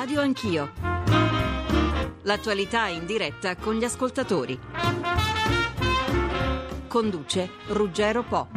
Radio Anch'io. L'attualità in diretta con gli ascoltatori. Conduce Ruggero Po.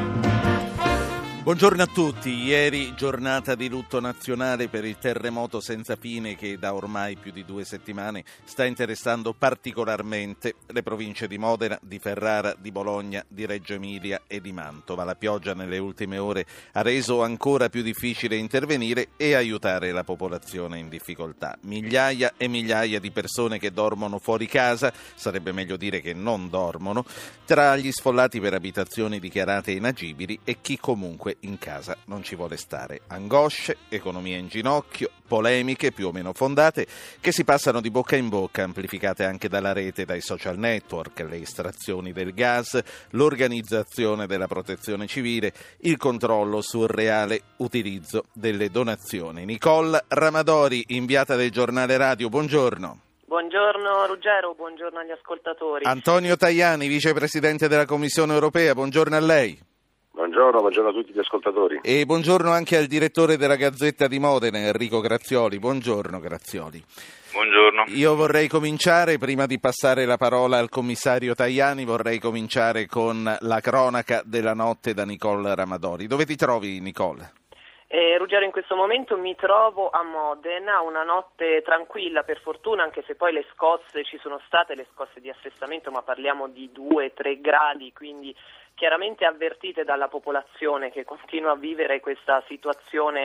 Buongiorno a tutti. Ieri giornata di lutto nazionale per il terremoto senza fine che da ormai più di 2 settimane sta interessando particolarmente le province di Modena, di Ferrara, di Bologna, di Reggio Emilia e di Mantova. La pioggia nelle ultime ore ha reso ancora più difficile intervenire e aiutare la popolazione in difficoltà. Migliaia e migliaia di persone che dormono fuori casa, sarebbe meglio dire che non dormono, tra gli sfollati per abitazioni dichiarate inagibili e chi comunque in casa non ci vuole stare. Angosce, economia in ginocchio, polemiche più o meno fondate che si passano di bocca in bocca, amplificate anche dalla rete, dai social network, le estrazioni del gas, l'organizzazione della protezione civile, il controllo sul reale utilizzo delle donazioni. Nicole Ramadori, inviata del giornale radio, buongiorno. Buongiorno Ruggero, buongiorno agli ascoltatori. Antonio Tajani, vicepresidente della Commissione europea, buongiorno a lei. Buongiorno a tutti gli ascoltatori. E buongiorno anche al direttore della Gazzetta di Modena, Enrico Grazioli. Buongiorno Grazioli. Buongiorno. Io vorrei cominciare, prima di passare la parola al commissario Tajani, vorrei cominciare con la cronaca della notte da Nicole Ramadori. Dove ti trovi, Nicole? Ruggero, in questo momento mi trovo a Modena, una notte tranquilla per fortuna, anche se poi le scosse ci sono state, le scosse di assestamento, ma parliamo di 2-3 gradi, quindi chiaramente avvertite dalla popolazione che continua a vivere questa situazione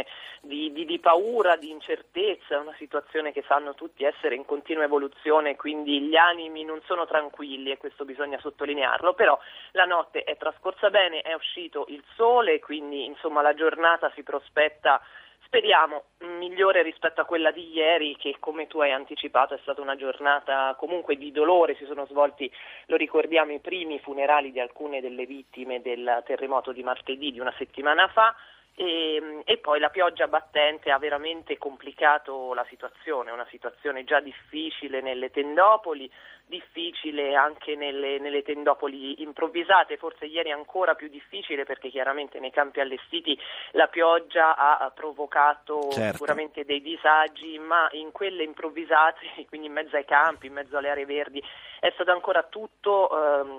di paura, di incertezza, una situazione che sanno tutti essere in continua evoluzione, quindi gli animi non sono tranquilli e questo bisogna sottolinearlo, però la notte è trascorsa bene, è uscito il sole, quindi insomma la giornata si prospetta, speriamo, migliore rispetto a quella di ieri, che come tu hai anticipato è stata una giornata comunque di dolore. Si sono svolti, lo ricordiamo, i primi funerali di alcune delle vittime del terremoto di martedì di una settimana fa. E poi la pioggia battente ha veramente complicato la situazione, una situazione già difficile nelle tendopoli, difficile anche nelle tendopoli improvvisate, forse ieri ancora più difficile perché chiaramente nei campi allestiti la pioggia ha provocato sicuramente dei disagi, ma in quelle improvvisate, quindi in mezzo ai campi, in mezzo alle aree verdi, è stato ancora tutto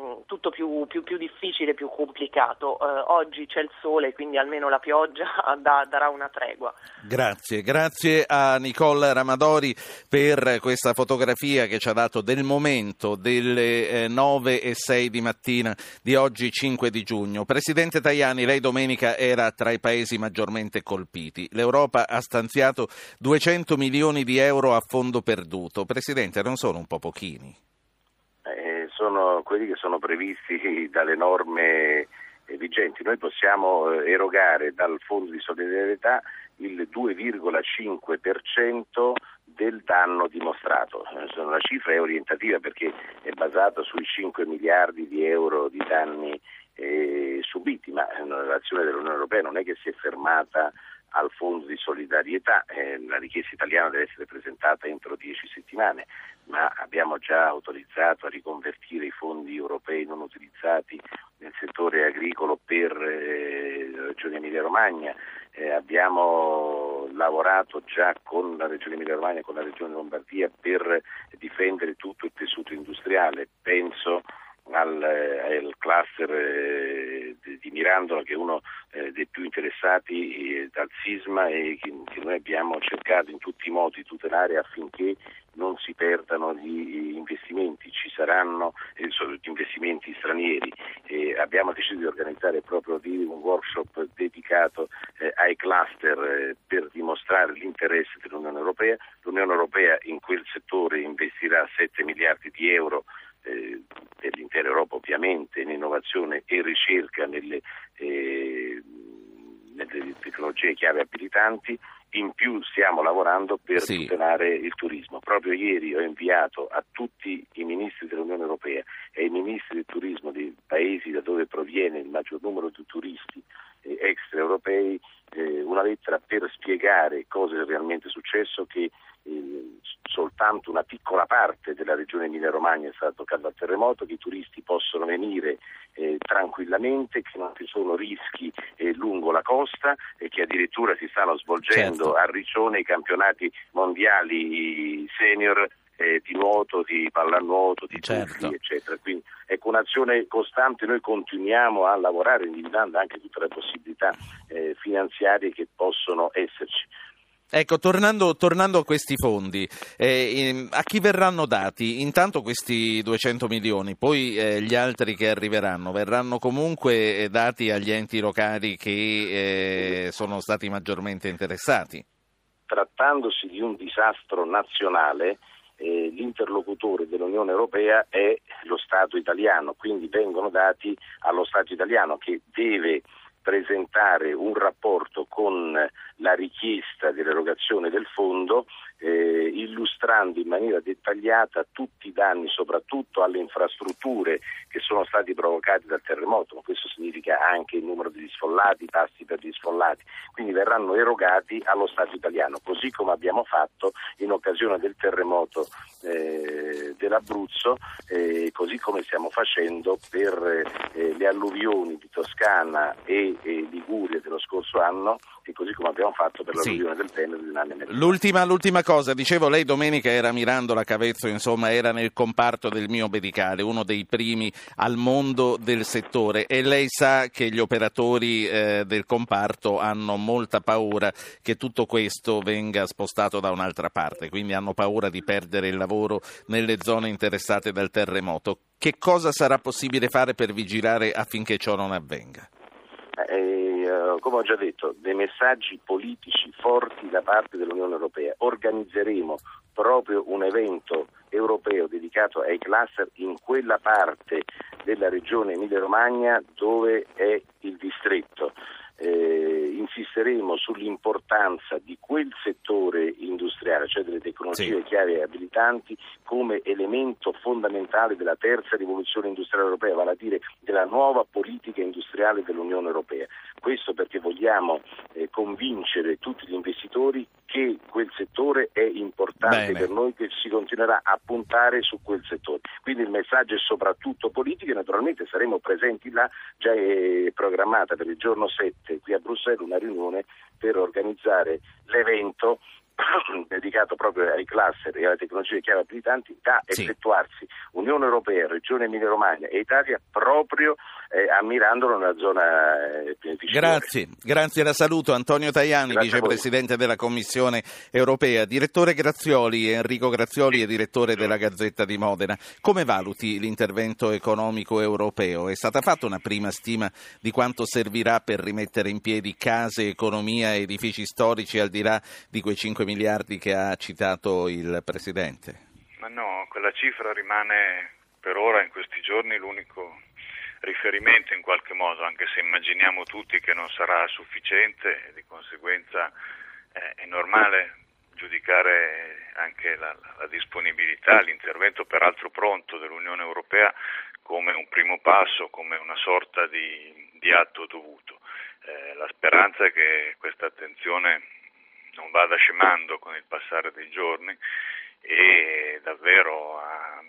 più difficile, più complicato. Oggi c'è il sole, quindi almeno la pioggia darà una tregua. Grazie a Nicole Ramadori per questa fotografia che ci ha dato del momento delle 9:06 di mattina di oggi 5 di giugno. Presidente Tajani, lei domenica era tra i paesi maggiormente colpiti. L'Europa ha stanziato 200 milioni di euro a fondo perduto. Presidente, non sono un po' pochini? Sono quelli che sono previsti dalle norme vigenti. Noi possiamo erogare dal Fondo di solidarietà il 2,5% del danno dimostrato. La cifra è orientativa perché è basata sui 5 miliardi di euro di danni subiti, ma l'azione dell'Unione Europea non è che si è fermata al Fondo di solidarietà. La richiesta italiana deve essere presentata entro 10 settimane, ma abbiamo già autorizzato a riconvertire i fondi europei non utilizzati nel settore agricolo per la Regione Emilia-Romagna. Abbiamo lavorato già con la Regione Emilia-Romagna e con la Regione Lombardia per difendere tutto il tessuto industriale. Penso al cluster di Mirandola, che è uno dei più interessati dal sisma e che noi abbiamo cercato in tutti i modi di tutelare affinché non si perdano gli investimenti. Ci saranno gli investimenti stranieri. Abbiamo deciso di organizzare proprio un workshop dedicato ai cluster per dimostrare l'interesse dell'Unione Europea. L'Unione Europea in quel settore investirà 7 miliardi di euro per l'intera Europa, ovviamente, in innovazione e ricerca nelle tecnologie chiave abilitanti. In più stiamo lavorando per tutelare il turismo. Proprio ieri ho inviato a tutti i ministri dell'Unione Europea e ai ministri del turismo dei paesi da dove proviene il maggior numero di turisti extraeuropei una lettera per spiegare cosa è realmente successo, che soltanto una piccola parte della regione Emilia Emilia Romagna è stata toccata dal terremoto, che i turisti possono venire tranquillamente, che non ci sono rischi lungo la costa e che addirittura si stanno svolgendo a Riccione i campionati mondiali senior di nuoto, di pallanuoto, di tuffi, eccetera. Quindi ecco, un'azione costante. Noi continuiamo a lavorare individuando anche tutte le possibilità finanziarie che possono esserci. Ecco, tornando a questi fondi, a chi verranno dati? Intanto questi 200 milioni, poi gli altri che verranno comunque dati agli enti locali che sono stati maggiormente interessati? Trattandosi di un disastro nazionale, l'interlocutore dell'Unione Europea è lo Stato italiano, quindi vengono dati allo Stato italiano, che deve presentare un rapporto con la richiesta dell'erogazione del fondo, illustrando in maniera dettagliata tutti i danni, soprattutto alle infrastrutture che sono stati provocati dal terremoto. Questo significa anche il numero degli sfollati, i passi per gli sfollati, quindi verranno erogati allo Stato italiano, così come abbiamo fatto in occasione del terremoto dell'Abruzzo, così come stiamo facendo per le alluvioni di Toscana e Liguria dello scorso anno, e così come abbiamo fatto per l'alluvione del Veneto di un anno e mezzo. L'ultima cosa, dicevo, lei domenica era a Mirandola Cavezzo, insomma era nel comparto del mio medicale, uno dei primi al mondo del settore, e lei sa che gli operatori del comparto hanno molta paura che tutto questo venga spostato da un'altra parte, quindi hanno paura di perdere il lavoro nelle zone interessate dal terremoto. Che cosa sarà possibile fare per vigilare affinché ciò non avvenga? Come ho già detto, dei messaggi politici forti da parte dell'Unione Europea. Organizzeremo proprio un evento europeo dedicato ai cluster in quella parte della regione Emilia-Romagna dove è il distretto. Insisteremo sull'importanza di quel settore industriale, cioè delle tecnologie chiave e abilitanti, come elemento fondamentale della terza rivoluzione industriale europea, vale a dire della nuova politica industriale dell'Unione Europea. Questo perché vogliamo convincere tutti gli investitori che quel settore è importante per noi, che si continuerà a puntare su quel settore. Quindi il messaggio è soprattutto politico, e naturalmente saremo presenti là. Già è programmata per il giorno 7 qui a Bruxelles una riunione per organizzare l'evento dedicato proprio ai cluster e alle tecnologie chiave abilitanti, da effettuarsi Unione Europea, Regione Emilia-Romagna e Italia proprio a Mirandola, nella zona beneficiaria. Grazie, la saluto. Antonio Tajani, vicepresidente della Commissione Europea. Direttore Grazioli, Enrico Grazioli è direttore della Gazzetta di Modena. Come valuti l'intervento economico europeo? È stata fatta una prima stima di quanto servirà per rimettere in piedi case, economia, edifici storici, al di là di quei 5 miliardi che ha citato il Presidente? Ma no, quella cifra rimane per ora, in questi giorni, l'unico riferimento in qualche modo, anche se immaginiamo tutti che non sarà sufficiente, e di conseguenza è normale giudicare anche la disponibilità, l'intervento peraltro pronto dell'Unione Europea come un primo passo, come una sorta di atto dovuto. La speranza è che questa attenzione non vada scemando con il passare dei giorni e davvero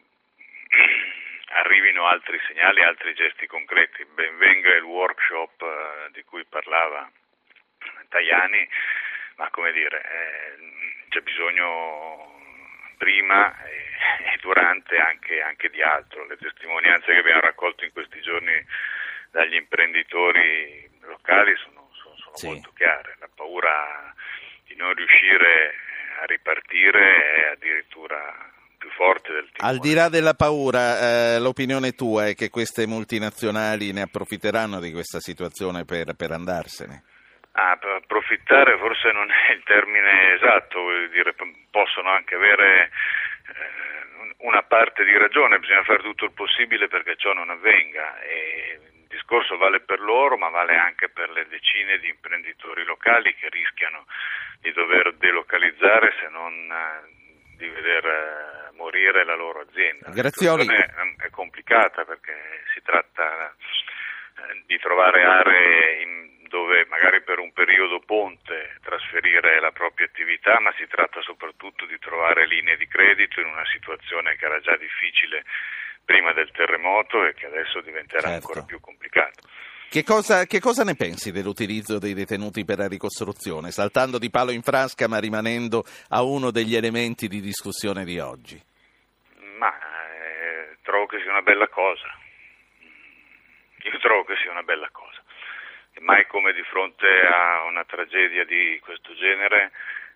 arrivino altri segnali, altri gesti concreti. Ben venga il workshop di cui parlava Tajani, ma come dire, c'è bisogno prima e durante anche di altro. Le testimonianze che abbiamo raccolto in questi giorni dagli imprenditori locali sono molto chiare. La paura di non riuscire a ripartire è addirittura più forte del timore. Al di là della paura, l'opinione tua è che queste multinazionali ne approfitteranno di questa situazione per andarsene? Per approfittare forse non è il termine esatto, vuol dire, possono anche avere una parte di ragione. Bisogna fare tutto il possibile perché ciò non avvenga, e il discorso vale per loro, ma vale anche per le decine di imprenditori locali che rischiano di dover delocalizzare, se non di veder morire la loro azienda. Grazioli. La situazione è complicata perché si tratta di trovare aree dove dove magari per un periodo ponte trasferire la propria attività, ma si tratta soprattutto di trovare linee di credito in una situazione che era già difficile prima del terremoto e che adesso diventerà ancora più complicato. Che cosa ne pensi dell'utilizzo dei detenuti per la ricostruzione, saltando di palo in frasca ma rimanendo a uno degli elementi di discussione di oggi? Ma trovo che sia una bella cosa. Io trovo che sia una bella cosa. E mai come di fronte a una tragedia di questo genere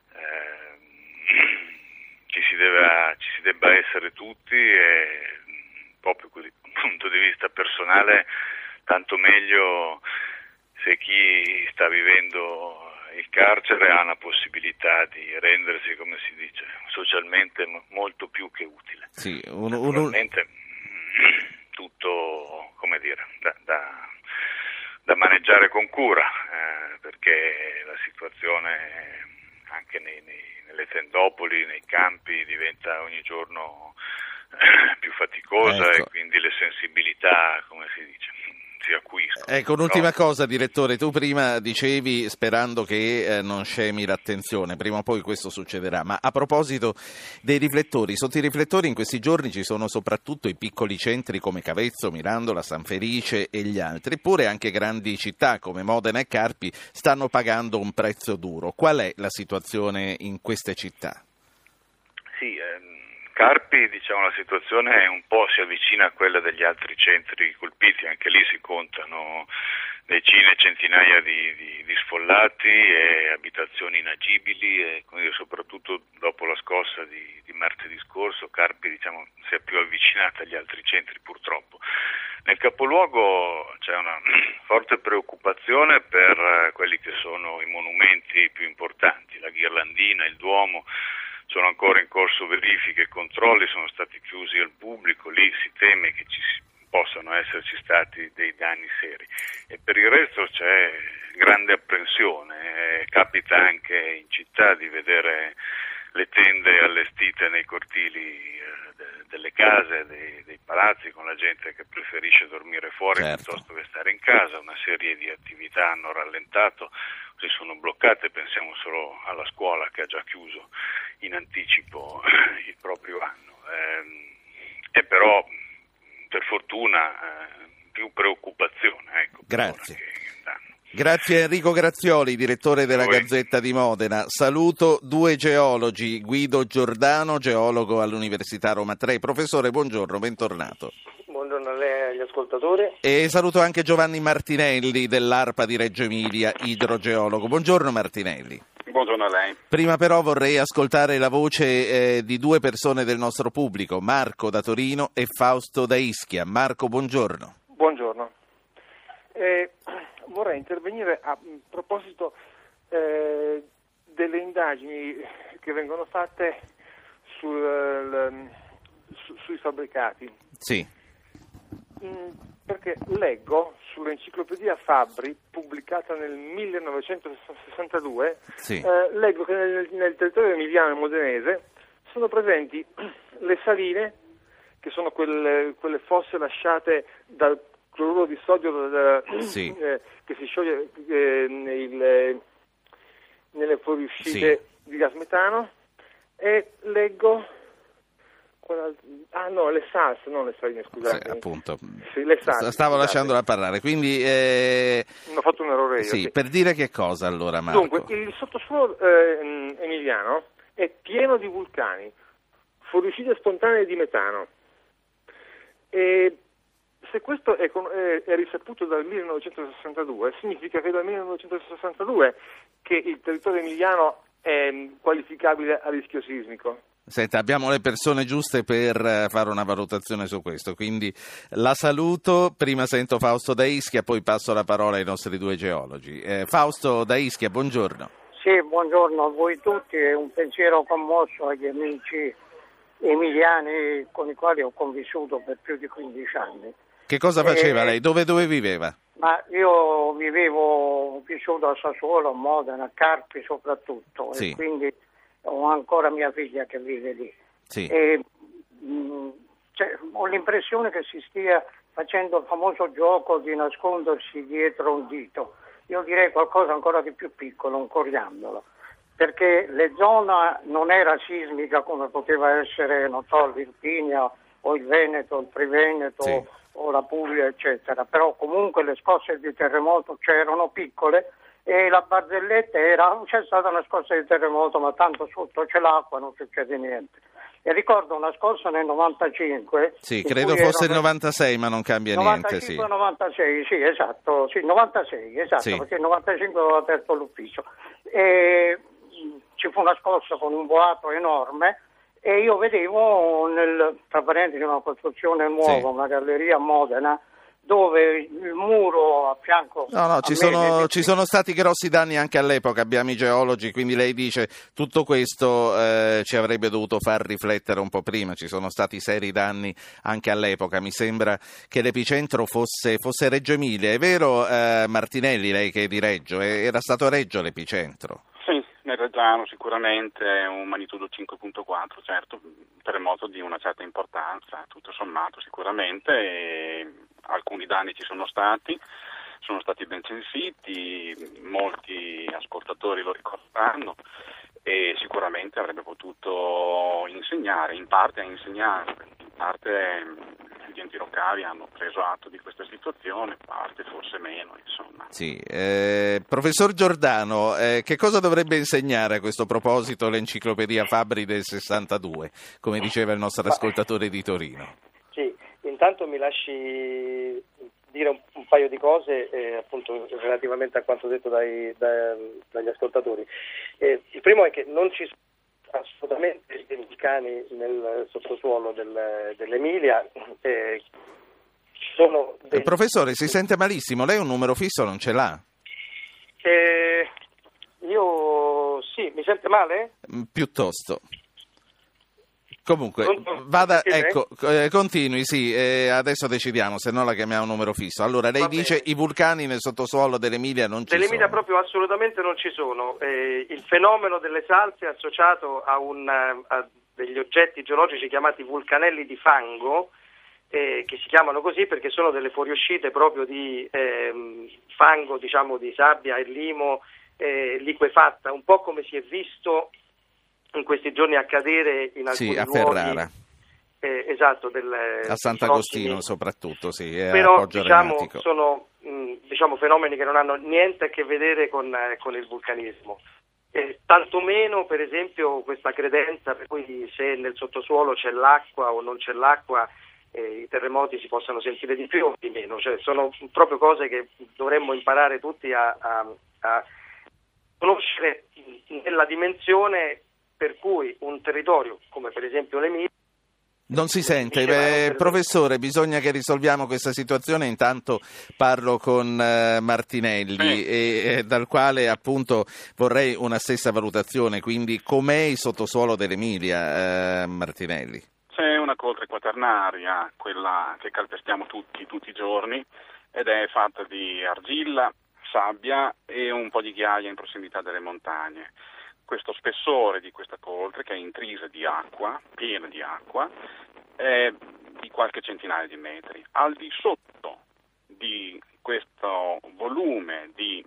ci si debba essere tutti e proprio così, dal punto di vista personale, tanto meglio se chi sta vivendo il carcere ha una possibilità di rendersi, come si dice, socialmente molto più che utile. Sì, naturalmente tutto, come dire, da maneggiare con cura, perché la situazione anche nelle tendopoli, nei campi, diventa ogni giorno più faticosa, ecco. E quindi le sensibilità, come si dice, si acquistano. Ecco, un'ultima cosa, direttore, tu prima dicevi sperando che non scemi l'attenzione, prima o poi questo succederà, ma a proposito dei riflettori, sotto i riflettori in questi giorni ci sono soprattutto i piccoli centri come Cavezzo, Mirandola, San Felice e gli altri, eppure anche grandi città come Modena e Carpi stanno pagando un prezzo duro. Qual è la situazione in queste città? Sì, Carpi, diciamo, la situazione un po' si avvicina a quella degli altri centri colpiti, anche lì si contano decine e centinaia di sfollati e abitazioni inagibili e quindi soprattutto dopo la scossa di martedì scorso Carpi, diciamo, si è più avvicinata agli altri centri purtroppo. Nel capoluogo c'è una forte preoccupazione per quelli che sono i monumenti più importanti, la Ghirlandina, il Duomo. Sono ancora in corso verifiche e controlli, sono stati chiusi al pubblico, lì si teme che possano esserci stati dei danni seri. E per il resto c'è grande apprensione, capita anche in città di vedere le tende allestite nei cortili delle case, dei palazzi, con la gente che preferisce dormire fuori piuttosto che stare in casa. Una serie di attività hanno rallentato, si sono bloccate, pensiamo solo alla scuola che ha già chiuso in anticipo il proprio anno. E però per fortuna più preoccupazione. Ecco, grazie. Grazie Enrico Grazioli, direttore della Gazzetta di Modena. Saluto due geologi, Guido Giordano, geologo all'Università Roma 3. Professore, buongiorno, bentornato. Buongiorno a lei e agli ascoltatori. E saluto anche Giovanni Martinelli dell'ARPA di Reggio Emilia, idrogeologo. Buongiorno Martinelli. Buongiorno a lei. Prima però vorrei ascoltare la voce di due persone del nostro pubblico, Marco da Torino e Fausto da Ischia. Marco, buongiorno. Buongiorno. Vorrei intervenire a proposito delle indagini che vengono fatte sui fabbricati. Sì. Perché leggo sull'enciclopedia Fabbri, pubblicata nel 1962, sì. Leggo che nel territorio emiliano e modenese sono presenti le saline, che sono quelle fosse lasciate dal cloruro di sodio sì. Che si scioglie nelle fuoriuscite di gas metano, e leggo le SARS, non le saline, scusate. Sì, appunto. Sì, le SARS, stavo lasciandola parlare, quindi ho fatto un errore io. Sì, per dire che cosa allora, Marco? Dunque, il sottosuolo emiliano è pieno di vulcani, fuoriuscite spontanee di metano. E se questo è risaputo dal 1962, significa che dal 1962 che il territorio emiliano è qualificabile a rischio sismico. Senta, abbiamo le persone giuste per fare una valutazione su questo, quindi la saluto. Prima sento Fausto da Ischia, poi passo la parola ai nostri due geologi. Fausto da Ischia, buongiorno. Sì, buongiorno a voi tutti e un pensiero commosso agli amici emiliani con i quali ho convissuto per più di 15 anni. Che cosa faceva lei? Dove viveva? Ma io ho vissuto a Sassuolo, a Modena, a Carpi soprattutto, sì. E quindi ho ancora mia figlia che vive lì. Sì. E, ho l'impressione che si stia facendo il famoso gioco di nascondersi dietro un dito. io direi qualcosa ancora di più piccolo, un coriandolo, perché la zona non era sismica come poteva essere, non so, l'Irpinia o il Veneto, il Triveneto, sì, o la Puglia, eccetera, però comunque le scosse di terremoto c'erano piccole e la barzelletta era: c'è stata una scossa di terremoto ma tanto sotto c'è l'acqua, non succede niente. E ricordo una scossa nel 95. Sì, credo fosse il 96, ma non cambia 95, niente. 96, sì, esatto, sì, 96, esatto, sì. Perché il 95 avevo aperto l'ufficio. E ci fu una scossa con un boato enorme e io vedevo, tra parentesi, una costruzione nuova, sì, una galleria a Modena, dove il muro a fianco... No, ci sono stati grossi danni anche all'epoca, abbiamo i geologi, quindi lei dice tutto questo ci avrebbe dovuto far riflettere un po' prima, ci sono stati seri danni anche all'epoca, mi sembra che l'epicentro fosse Reggio Emilia, è vero Martinelli, lei che è di Reggio, era stato a Reggio l'epicentro? Sì, nel Reggiano sicuramente un magnitudo 5.4, certo, terremoto di una certa importanza, tutto sommato sicuramente, e alcuni danni ci sono stati ben censiti, molti ascoltatori lo ricorderanno e sicuramente avrebbe potuto insegnare, in parte ha insegnato, in parte gli enti locali hanno preso atto di questa situazione, in parte forse meno, insomma. Sì, professor Giordano, che cosa dovrebbe insegnare a questo proposito l'enciclopedia Fabbri del 62, come diceva il nostro ascoltatore di Torino? Sì, intanto mi lasci dire un paio di cose appunto relativamente a quanto detto dagli ascoltatori. Il primo è che non ci sono assolutamente dei vulcani nel sottosuolo dell'Emilia. Professore, si sente malissimo, lei un numero fisso non ce l'ha? Io sì, mi sente male? Piuttosto. Comunque, vada, ecco, continui, sì, adesso decidiamo, se no la chiamiamo numero fisso. Allora, lei dice i vulcani nel sottosuolo dell'Emilia non ci sono. Dell'Emilia proprio assolutamente non ci sono. Il fenomeno delle salse è associato a degli oggetti geologici chiamati vulcanelli di fango, che si chiamano così perché sono delle fuoriuscite proprio di fango, diciamo di sabbia e limo liquefatta, un po' come si è visto in questi giorni accadere in alcuni a luoghi, Ferrara. Esatto, a Sant'Agostino soprattutto, sì, però sono fenomeni che non hanno niente a che vedere con il vulcanismo. Tantomeno, per esempio, questa credenza per cui se nel sottosuolo c'è l'acqua o non c'è l'acqua i terremoti si possano sentire di più o di meno, cioè sono proprio cose che dovremmo imparare tutti a conoscere nella dimensione per cui un territorio come per esempio l'Emilia non si sente, professore, bisogna che risolviamo questa situazione, intanto parlo con Martinelli e dal quale appunto vorrei una stessa valutazione, quindi com'è il sottosuolo dell'Emilia, Martinelli? C'è una coltre quaternaria, quella che calpestiamo tutti i giorni, ed è fatta di argilla, sabbia e un po' di ghiaia in prossimità delle montagne. Questo spessore di questa coltre, che è intrisa di acqua, piena di acqua, è di qualche centinaia di metri. Al di sotto di questo volume di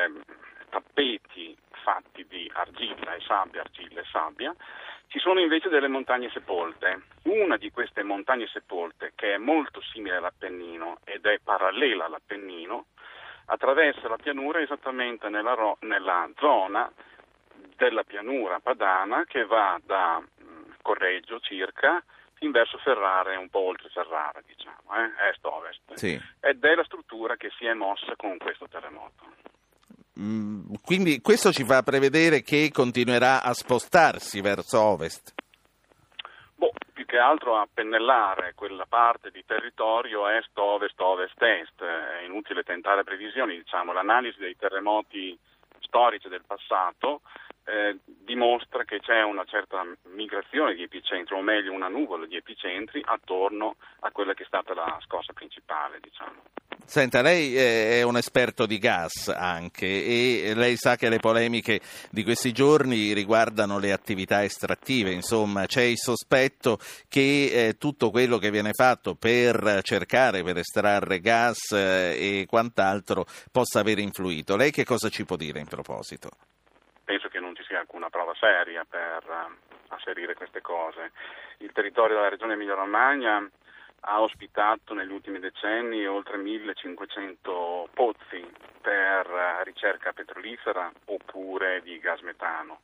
tappeti fatti di argilla e sabbia, ci sono invece delle montagne sepolte. Una di queste montagne sepolte, che è molto simile all'Appennino ed è parallela all'Appennino, attraversa la pianura esattamente nella zona della pianura padana che va da Correggio circa in verso Ferrara e un po' oltre Ferrara, diciamo, est-ovest. Sì. Ed è la struttura che si è mossa con questo terremoto. Quindi questo ci fa prevedere che continuerà a spostarsi verso ovest? Più che altro a pennellare quella parte di territorio est-ovest, ovest-est. È inutile tentare previsioni, diciamo, l'analisi dei terremoti storici del passato dimostra che c'è una certa migrazione di epicentri, o meglio una nuvola di epicentri attorno a quella che è stata la scossa principale, diciamo. Senta, lei è un esperto di gas anche e lei sa che le polemiche di questi giorni riguardano le attività estrattive, insomma c'è il sospetto che tutto quello che viene fatto per estrarre gas e quant'altro possa aver influito. Lei che cosa ci può dire in proposito? Penso che non ci sia alcuna prova seria per asserire queste cose. Il territorio della regione Emilia-Romagna ha ospitato negli ultimi decenni oltre 1500 pozzi per ricerca petrolifera oppure di gas metano.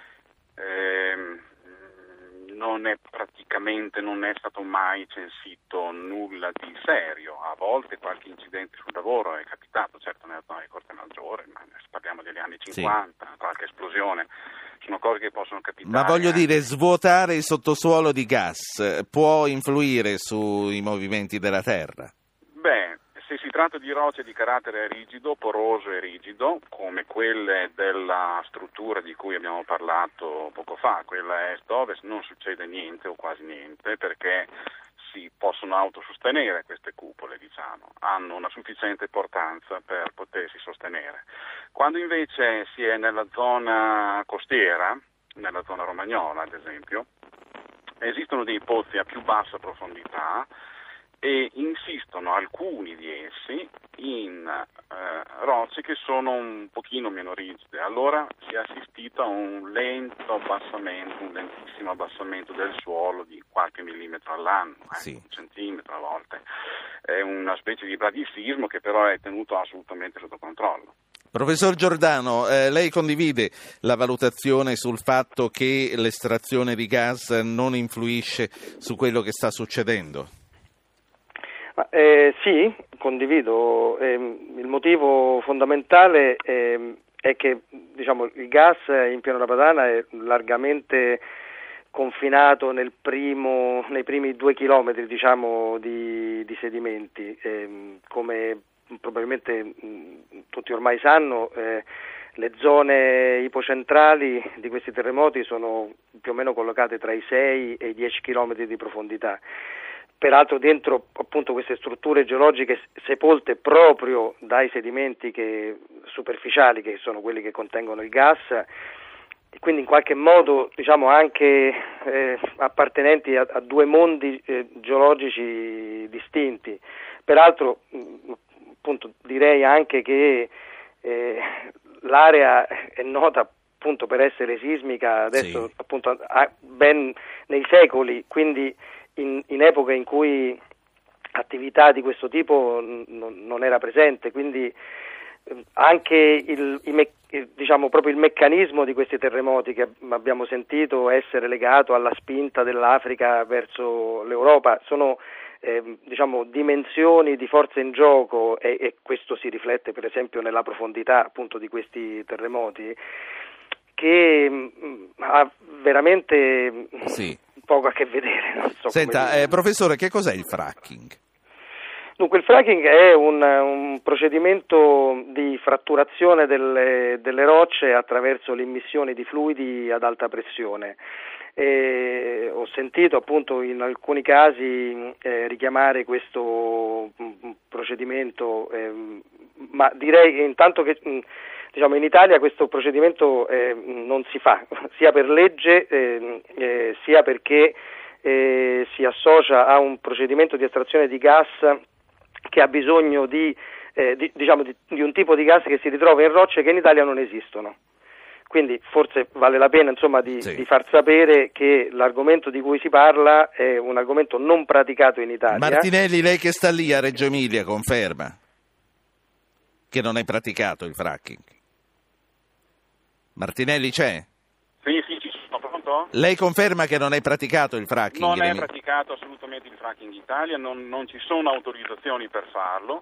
Non è stato mai censito nulla di serio. A volte qualche incidente sul lavoro è capitato, certo nella zona di Corte Maggiore, ma parliamo degli anni 50, sì. Qualche esplosione, sono cose che possono capitare. Ma voglio dire, svuotare il sottosuolo di gas può influire sui movimenti della Terra? Beh, se si tratta di rocce di carattere rigido, poroso e rigido, come quelle della struttura di cui abbiamo parlato poco fa, quella est-ovest, non succede niente o quasi niente, perché si possono autosostenere queste cupole, hanno una sufficiente portanza per potersi sostenere. Quando invece si è nella zona costiera, nella zona romagnola ad esempio, esistono dei pozzi a più bassa profondità e insistono alcuni di essi in rocce che sono un pochino meno rigide. Allora si è assistito a un lentissimo abbassamento del suolo di qualche millimetro all'anno, sì. Un centimetro a volte. È una specie di bradisismo che però è tenuto assolutamente sotto controllo. Professor Giordano, lei condivide la valutazione sul fatto che l'estrazione di gas non influisce su quello che sta succedendo? Sì, condivido. Il motivo fondamentale è che il gas in Pianura Padana è largamente confinato nei primi 2 chilometri di sedimenti. Come probabilmente tutti ormai sanno, le zone ipocentrali di questi terremoti sono più o meno collocate tra i 6 e i 10 chilometri di profondità. Peraltro dentro appunto queste strutture geologiche sepolte proprio dai sedimenti superficiali, che sono quelli che contengono il gas, e quindi in qualche modo anche appartenenti a 2 mondi geologici distinti. Peraltro appunto direi anche che l'area è nota appunto per essere sismica adesso, sì. Appunto ben nei secoli, quindi in epoche in cui attività di questo tipo non era presente, quindi anche proprio il meccanismo di questi terremoti che abbiamo sentito essere legato alla spinta dell'Africa verso l'Europa sono dimensioni di forza in gioco e questo si riflette per esempio nella profondità appunto di questi terremoti, che ha veramente poco a che vedere. Non so. Senta, professore, che cos'è il fracking? Dunque il fracking è un procedimento di fratturazione delle rocce attraverso l'immissione di fluidi ad alta pressione. Ho sentito appunto in alcuni casi richiamare questo procedimento, ma direi intanto che in Italia questo procedimento non si fa, sia per legge sia perché si associa a un procedimento di estrazione di gas che ha bisogno di un tipo di gas che si ritrova in rocce che in Italia non esistono. Quindi forse vale la pena di far sapere che l'argomento di cui si parla è un argomento non praticato in Italia. Martinelli, lei che sta lì a Reggio Emilia, conferma che non è praticato il fracking? Martinelli c'è? Sì, sono pronto? Lei conferma che non è praticato il fracking? Non è praticato assolutamente il fracking in Italia, non ci sono autorizzazioni per farlo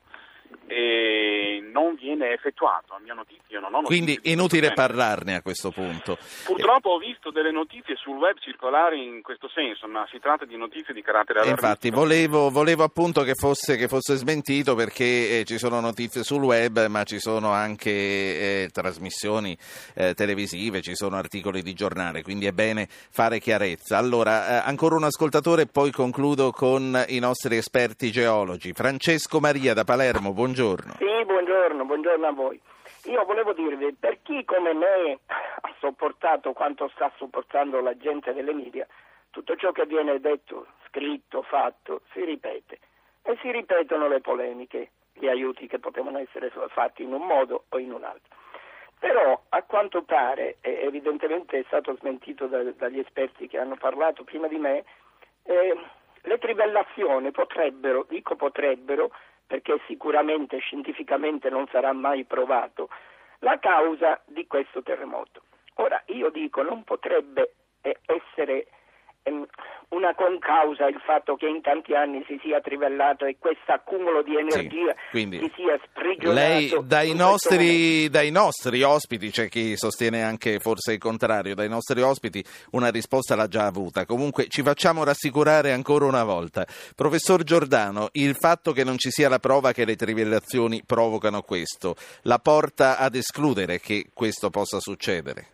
e non viene effettuato, a mia notizia non ho notizie. Quindi inutile parlarne a questo punto. Purtroppo ho visto delle notizie sul web circolare in questo senso, ma si tratta di notizie di carattere allarmistico. Infatti volevo appunto che fosse smentito, perché ci sono notizie sul web, ma ci sono anche trasmissioni televisive, ci sono articoli di giornale, quindi è bene fare chiarezza. Allora, ancora un ascoltatore e poi concludo con i nostri esperti geologi. Francesco Maria da Palermo, buongiorno. Sì, buongiorno a voi. Io volevo dirvi, per chi come me ha sopportato quanto sta sopportando la gente delle media, tutto ciò che viene detto, scritto, fatto, si ripete. E si ripetono le polemiche, gli aiuti che potevano essere fatti in un modo o in un altro. Però a quanto pare, evidentemente è stato smentito dagli esperti che hanno parlato prima di me, le trivellazioni potrebbero, perché sicuramente scientificamente non sarà mai provato, la causa di questo terremoto. Ora io dico, non potrebbe essere una concausa il fatto che in tanti anni si sia trivellato e questo accumulo di energia si sia sprigionato. Lei dai nostri ospiti, c'è chi sostiene anche forse il contrario, dai nostri ospiti una risposta l'ha già avuta. Comunque ci facciamo rassicurare ancora una volta. Professor Giordano, il fatto che non ci sia la prova che le trivellazioni provocano questo, la porta ad escludere che questo possa succedere?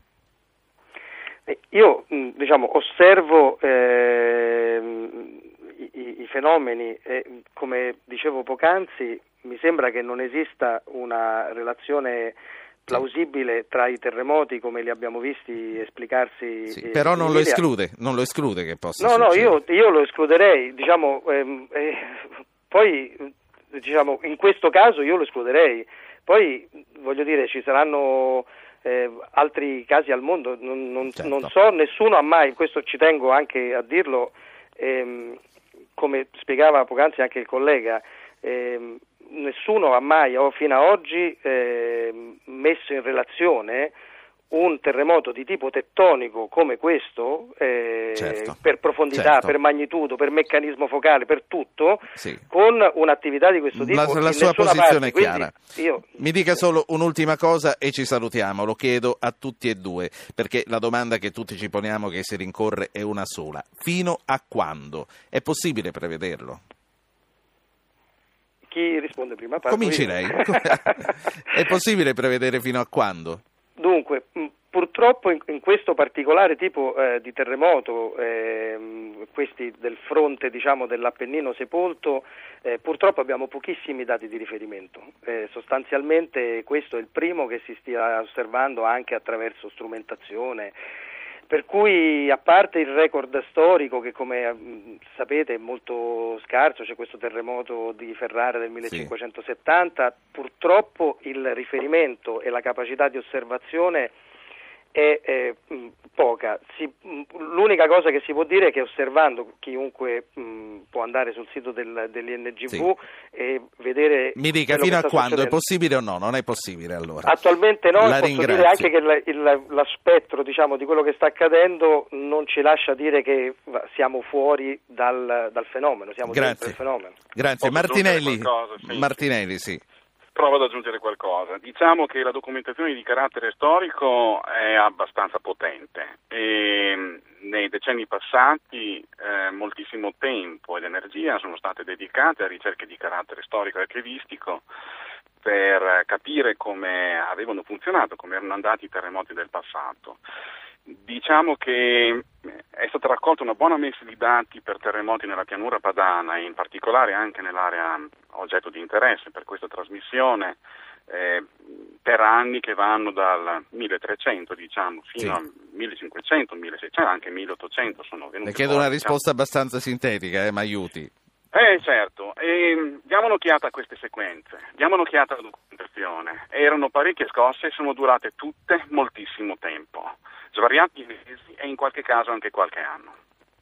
Io osservo i fenomeni e, come dicevo poc'anzi, mi sembra che non esista una relazione plausibile tra i terremoti come li abbiamo visti esplicarsi. Sì, però non lo esclude che possa succedere. No, io lo escluderei, poi in questo caso io lo escluderei. Poi voglio dire, ci saranno altri casi al mondo, non so, nessuno ha mai, questo ci tengo anche a dirlo, come spiegava poc'anzi anche il collega, nessuno ha mai fino ad oggi messo in relazione un terremoto di tipo tettonico come questo, per profondità, per magnitudo, per meccanismo focale, per tutto, con un'attività di questo tipo. La sua posizione è chiara. Io... Mi dica solo un'ultima cosa e ci salutiamo, lo chiedo a tutti e due, perché la domanda che tutti ci poniamo, che si rincorre, è una sola. Fino a quando? È possibile prevederlo? Chi risponde prima? Cominci lei. È possibile prevedere fino a quando? Dunque, purtroppo in questo particolare tipo di terremoto, questi del fronte dell'Appennino sepolto, purtroppo abbiamo pochissimi dati di riferimento. Sostanzialmente questo è il primo che si stia osservando anche attraverso strumentazione. Per cui, a parte il record storico che, come sapete, è molto scarso, c'è questo terremoto di Ferrara del 1570, purtroppo il riferimento e la capacità di osservazione è poca. L'unica cosa che si può dire è che osservando, chiunque può andare sul sito dell'INGV e vedere. Mi dica fino a quando, è possibile o no? Non è possibile allora? Attualmente no, posso dire anche che lo spettro di quello che sta accadendo non ci lascia dire che siamo fuori dal fenomeno, siamo dentro il fenomeno. Grazie. Martinelli, sì. Provo ad aggiungere qualcosa. Diciamo che la documentazione di carattere storico è abbastanza potente e nei decenni passati moltissimo tempo ed energia sono state dedicate a ricerche di carattere storico e archivistico per capire come avevano funzionato, come erano andati i terremoti del passato. Diciamo che è stata raccolta una buona messa di dati per terremoti nella pianura padana e in particolare anche nell'area oggetto di interesse per questa trasmissione per anni che vanno dal 1300 fino al 1500, 1600, anche 1800 sono venuti. Le chiedo una risposta abbastanza sintetica, ma aiuti. Certo, diamo un'occhiata a queste sequenze, diamo un'occhiata alla documentazione. Erano parecchie scosse e sono durate tutte moltissimo tempo, svariati mesi e in qualche caso anche qualche anno.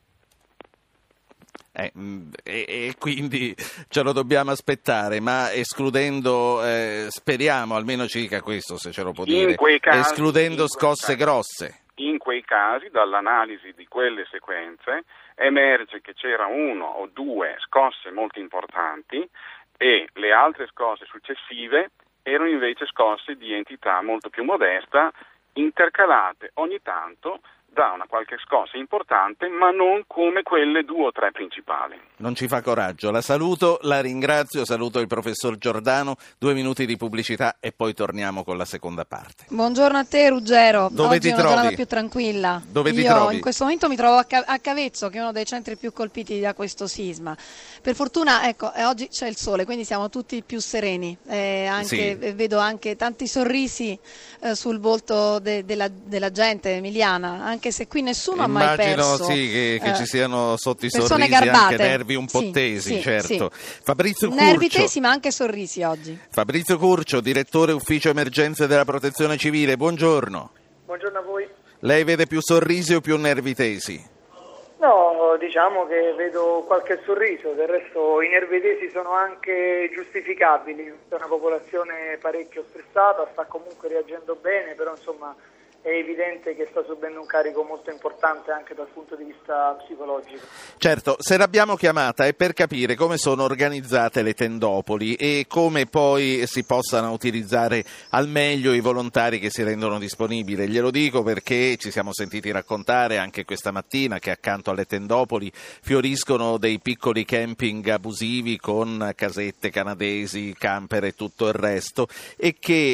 E quindi ce lo dobbiamo aspettare, ma escludendo, speriamo, almeno ci dica questo se ce lo può dire, escludendo scosse grosse. In quei casi, dall'analisi di quelle sequenze, emerge che c'era uno o due scosse molto importanti e le altre scosse successive erano invece scosse di entità molto più modesta, intercalate ogni tanto dà una qualche scossa importante, ma non come quelle 2 o 3 principali. Non ci fa coraggio. La saluto, la ringrazio, saluto il professor Giordano. 2 minuti di pubblicità e poi torniamo con la seconda parte. Buongiorno a te, Ruggero. Dove Oggi ti è una trovi? giornata più tranquilla. Dove ti Io trovi? in questo momento mi trovo a Cavezzo, che è uno dei centri più colpiti da questo sisma. Per fortuna, ecco, oggi c'è il sole, quindi siamo tutti più sereni. Vedo anche tanti sorrisi sul volto della gente emiliana, anche se qui nessuno ha mai perso. Immagino che ci siano sotto i persone sorrisi garbate. anche nervi un po' tesi, certo. Sì. Fabrizio Curcio. Nervi tesi, ma anche sorrisi oggi. Fabrizio Curcio, direttore ufficio emergenze della Protezione Civile, buongiorno. Buongiorno a voi. Lei vede più sorrisi o più nervi tesi? No, diciamo che vedo qualche sorriso, del resto i nervi tesi sono anche giustificabili, è una popolazione parecchio stressata, sta comunque reagendo bene, però insomma è evidente che sta subendo un carico molto importante anche dal punto di vista psicologico. Certo, se l'abbiamo chiamata è per capire come sono organizzate le tendopoli e come poi si possano utilizzare al meglio i volontari che si rendono disponibili. Glielo dico perché ci siamo sentiti raccontare anche questa mattina che accanto alle tendopoli fioriscono dei piccoli camping abusivi con casette canadesi, camper e tutto il resto, e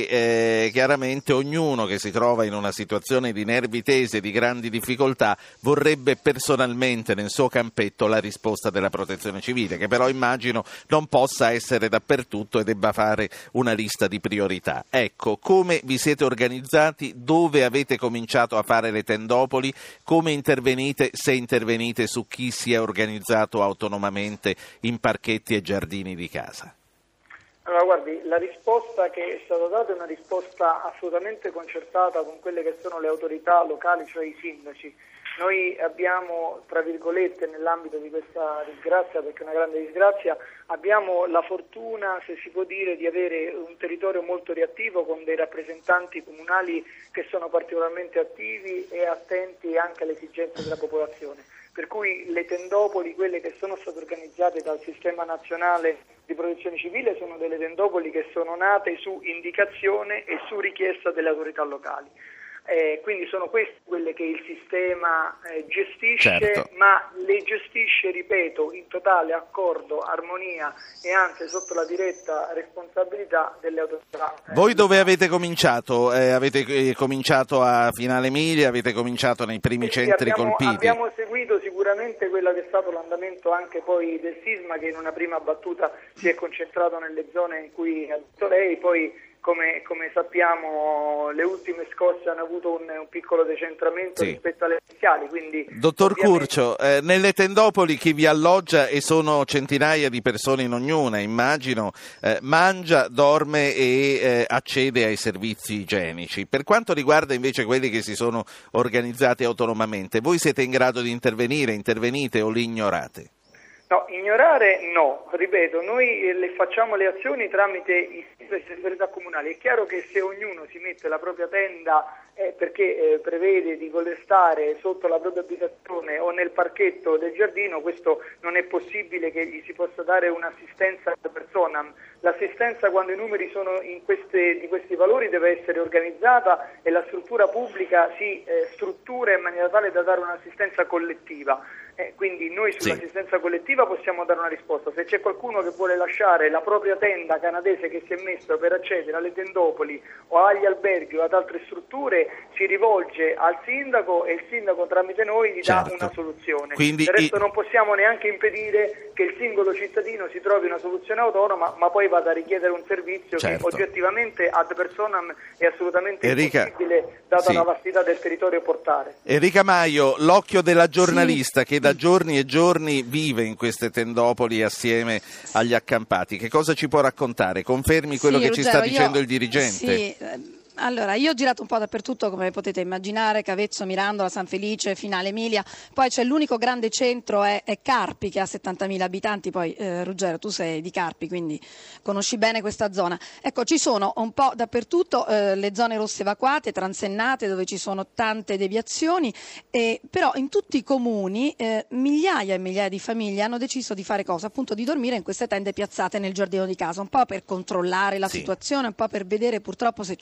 che chiaramente ognuno che si trova in una situazione di nervi tesi e di grandi difficoltà vorrebbe personalmente nel suo campetto la risposta della Protezione Civile, che però immagino non possa essere dappertutto e debba fare una lista di priorità. Ecco, come vi siete organizzati, dove avete cominciato a fare le tendopoli, come intervenite, se intervenite, su chi si è organizzato autonomamente in parchetti e giardini di casa? Allora guardi, la risposta che è stata data è una risposta assolutamente concertata con quelle che sono le autorità locali, cioè i sindaci. Noi abbiamo, tra virgolette, nell'ambito di questa disgrazia, perché è una grande disgrazia, abbiamo la fortuna, se si può dire, di avere un territorio molto reattivo con dei rappresentanti comunali che sono particolarmente attivi e attenti anche alle esigenze della popolazione. Per cui le tendopoli, quelle che sono state organizzate dal Sistema Nazionale di Protezione Civile, sono delle tendopoli che sono nate su indicazione e su richiesta delle autorità locali. Quindi sono queste quelle che il sistema gestisce, certo, ma le gestisce, ripeto, in totale accordo, armonia e anche sotto la diretta responsabilità delle autorità. Voi dove avete cominciato? Avete cominciato a Finale Emilia? Avete cominciato nei primi centri colpiti? Abbiamo seguito sicuramente quello che è stato l'andamento anche poi del sisma, che in una prima battuta si è concentrato nelle zone in cui ha detto lei, poi come sappiamo le ultime scosse hanno avuto un piccolo decentramento rispetto alle iniziali. Quindi, dottor Curcio, nelle tendopoli chi vi alloggia, e sono centinaia di persone in ognuna, immagino, mangia, dorme e accede ai servizi igienici. Per quanto riguarda invece quelli che si sono organizzati autonomamente, voi siete in grado di intervenite o li ignorate? No, ignorare no, ripeto, noi facciamo le azioni tramite i autorità comunali. È chiaro che se ognuno si mette la propria tenda perché prevede di voler stare sotto la propria abitazione o nel parchetto del giardino, questo non è possibile che gli si possa dare un'assistenza ad personam. L'assistenza, quando i numeri sono di questi valori, deve essere organizzata e la struttura pubblica si struttura in maniera tale da dare un'assistenza collettiva. Quindi noi sull'assistenza collettiva possiamo dare una risposta. Se c'è qualcuno che vuole lasciare la propria tenda canadese che si è messo per accedere alle tendopoli o agli alberghi o ad altre strutture, si rivolge al sindaco e il sindaco tramite noi gli dà una soluzione. Quindi del resto non possiamo neanche impedire che il singolo cittadino si trovi una soluzione autonoma, ma poi vada a richiedere un servizio che oggettivamente ad personam è assolutamente impossibile data la vastità del territorio portare. Enrica Maio, l'occhio della giornalista che da giorni e giorni vive in queste tendopoli assieme agli accampati, che cosa ci può raccontare? Confermi quello che Ruggero, ci sta dicendo il dirigente? Sì. Allora, io ho girato un po' dappertutto, come potete immaginare, Cavezzo, Mirandola, San Felice, Finale Emilia, poi c'è l'unico grande centro, è Carpi, che ha 70.000 abitanti, poi Ruggero, tu sei di Carpi, quindi conosci bene questa zona. Ecco, ci sono un po' dappertutto le zone rosse evacuate, transennate, dove ci sono tante deviazioni, però in tutti i comuni migliaia e migliaia di famiglie hanno deciso di fare cosa? Appunto di dormire in queste tende piazzate nel giardino di casa, un po' per controllare la situazione, un po' per vedere purtroppo se ci sono